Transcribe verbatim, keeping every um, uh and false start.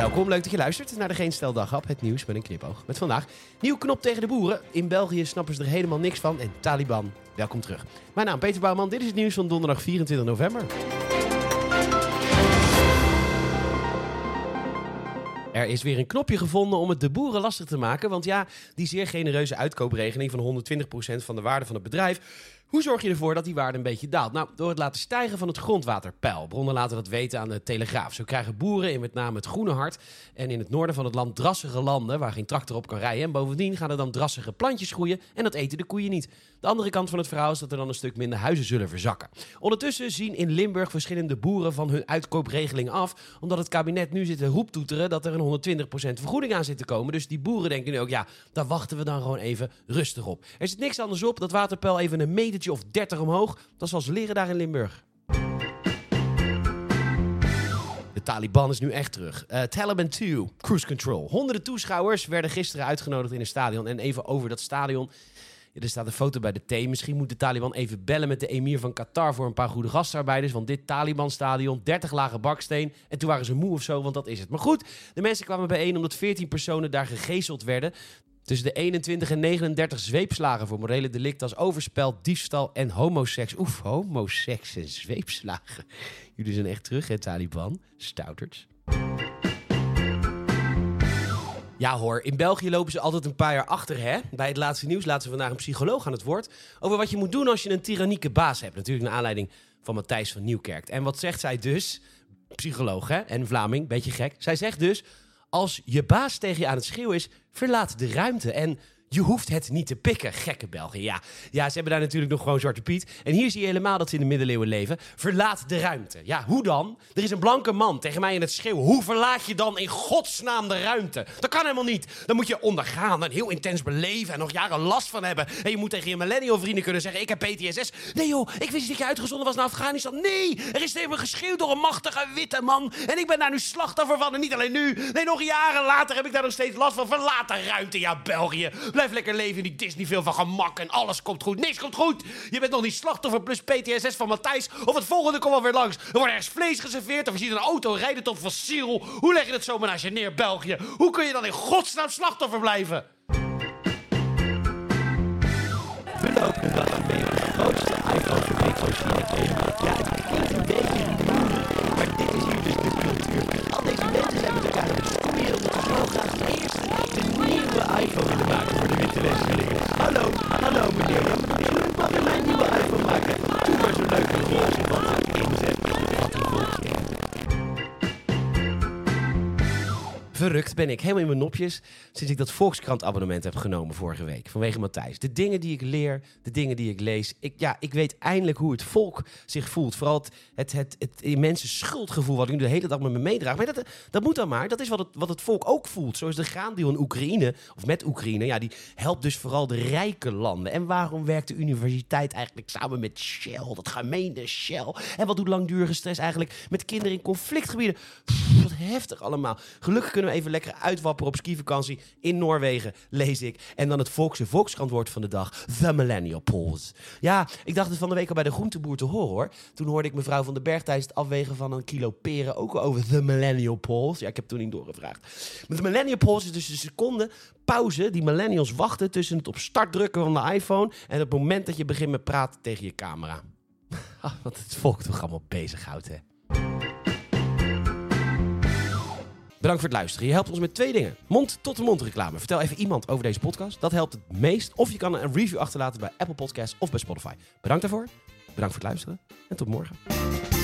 Welkom, leuk dat je luistert naar de Geen Stel Daghap, het nieuws met een knipoog. Met vandaag, nieuw knop tegen de boeren. In België snappen ze er helemaal niks van en Taliban, welkom terug. Mijn naam Peter Bouwman, dit is het nieuws van donderdag vierentwintig november. Er is weer een knopje gevonden om het de boeren lastig te maken, want ja, die zeer genereuze uitkoopregeling van honderdtwintig procent van de waarde van het bedrijf... Hoe zorg je ervoor dat die waarde een beetje daalt? Nou, door het laten stijgen van het grondwaterpeil. Bronnen laten dat weten aan de Telegraaf. Zo krijgen boeren in met name het Groene Hart en in het noorden van het land drassige landen waar geen tractor op kan rijden. En bovendien gaan er dan drassige plantjes groeien en dat eten de koeien niet. De andere kant van het verhaal is dat er dan een stuk minder huizen zullen verzakken. Ondertussen zien in Limburg verschillende boeren van hun uitkoopregeling af, omdat het kabinet nu zit te roeptoeteren dat er een honderdtwintig procent vergoeding aan zit te komen. Dus die boeren denken nu ook, ja, daar wachten we dan gewoon even rustig op. Er zit niks anders op, dat waterpeil even een metertje of dertig omhoog. Dat zal ze leren daar in Limburg. De Taliban is nu echt terug. Uh, Taliban twee, Cruise Control. Honderden toeschouwers werden gisteren uitgenodigd in een stadion. En even over dat stadion. Ja, er staat een foto bij de thee. Misschien moet de Taliban even bellen met de emir van Qatar voor een paar goede gastarbeiders. Want dit Taliban-stadion, dertig lagen baksteen. En toen waren ze moe of zo, want dat is het. Maar goed, de mensen kwamen bijeen omdat veertien personen daar gegezeld werden. Tussen de eenentwintig en negenendertig zweepslagen voor morele delicten als overspel, diefstal en homoseks. Oef, homoseks en zweepslagen. Jullie zijn echt terug, hè, Taliban? Stouterts. Ja hoor, in België lopen ze altijd een paar jaar achter, hè? Bij het laatste nieuws laten ze vandaag een psycholoog aan het woord over wat je moet doen als je een tyrannieke baas hebt. Natuurlijk naar aanleiding van Matthijs van Nieuwkerk. En wat zegt zij dus? Psycholoog, hè? En Vlaming, beetje gek. Zij zegt dus, als je baas tegen je aan het schreeuwen is, verlaat de ruimte en je hoeft het niet te pikken. Gekke België, ja. Ja, ze hebben daar natuurlijk nog gewoon Zwarte Piet. En hier zie je helemaal dat ze in de middeleeuwen leven. Verlaat de ruimte. Ja, hoe dan? Er is een blanke man tegen mij in het schreeuwen. Hoe verlaat je dan in godsnaam de ruimte? Dat kan helemaal niet. Dan moet je ondergaan en heel intens beleven en nog jaren last van hebben. En je moet tegen je millennial vrienden kunnen zeggen, ik heb P T S S. Nee joh, ik wist niet dat je uitgezonden was naar Afghanistan. Nee, er is tegen me geschreeuwd door een machtige witte man. En ik ben daar nu slachtoffer van. En niet alleen nu. Nee, nog jaren later heb ik daar nog steeds last van. Verlaat de ruimte, ja, België. Blijf lekker leven in die Disney-film van gemak en alles komt goed. Niks komt goed. Je bent nog niet slachtoffer plus P T S S van Matthijs. Of het volgende komt alweer langs. Er wordt ergens vlees geserveerd of je ziet een auto rijden tot fossiel. Hoe leg je het zomaar naast je neer, België? Hoe kun je dan in godsnaam slachtoffer blijven? We lopen de dag mee op de grootste iPhone-fabriek van China. Ja, het klinkt een beetje moeilijk, maar dit is hier dus de cultuur. Al deze mensen zijn met elkaar op het stoeien omdat ze zo graag de eerste een nieuwe iPhone willen maken voor de witte westerlingen. Hallo, hallo meneer, ik mag weer mijn nieuwe iPhone maken. Doe maar zo leuk een roze wat ik inzet. Wat een volksding. Verrukt ben ik, helemaal in mijn nopjes, sinds ik dat Volkskrant-abonnement heb genomen vorige week. Vanwege Matthijs. De dingen die ik leer, de dingen die ik lees. Ik, ja, ik weet eindelijk hoe het volk zich voelt. Vooral het, het, het, het immense schuldgevoel wat ik nu de hele dag met me meedraag. Maar dat, dat moet dan maar. Dat is wat het, wat het volk ook voelt. Zoals de graandeal in Oekraïne, of met Oekraïne, ja, die helpt dus vooral de rijke landen. En waarom werkt de universiteit eigenlijk samen met Shell? Dat gemeene Shell. En wat doet langdurige stress eigenlijk met kinderen in conflictgebieden? Pff, wat heftig allemaal. Gelukkig kunnen we even lekker uitwapperen op skivakantie in Noorwegen, lees ik. En dan het volkse volkskrantwoord van de dag. The Millennial Pause. Ja, ik dacht het van de week al bij de groenteboer te horen, hoor. Toen hoorde ik mevrouw van den Berg tijdens het afwegen van een kilo peren ook al over The Millennial Pause. Ja, ik heb toen niet doorgevraagd. Maar de Millennial Pause is dus de seconde pauze die millennials wachten tussen het op start drukken van de iPhone en het moment dat je begint met praten tegen je camera. Wat het volk toch allemaal bezighoudt, hè. Bedankt voor het luisteren. Je helpt ons met twee dingen. Mond-tot-mond reclame. Vertel even iemand over deze podcast. Dat helpt het meest. Of je kan een review achterlaten bij Apple Podcasts of bij Spotify. Bedankt daarvoor. Bedankt voor het luisteren. En tot morgen.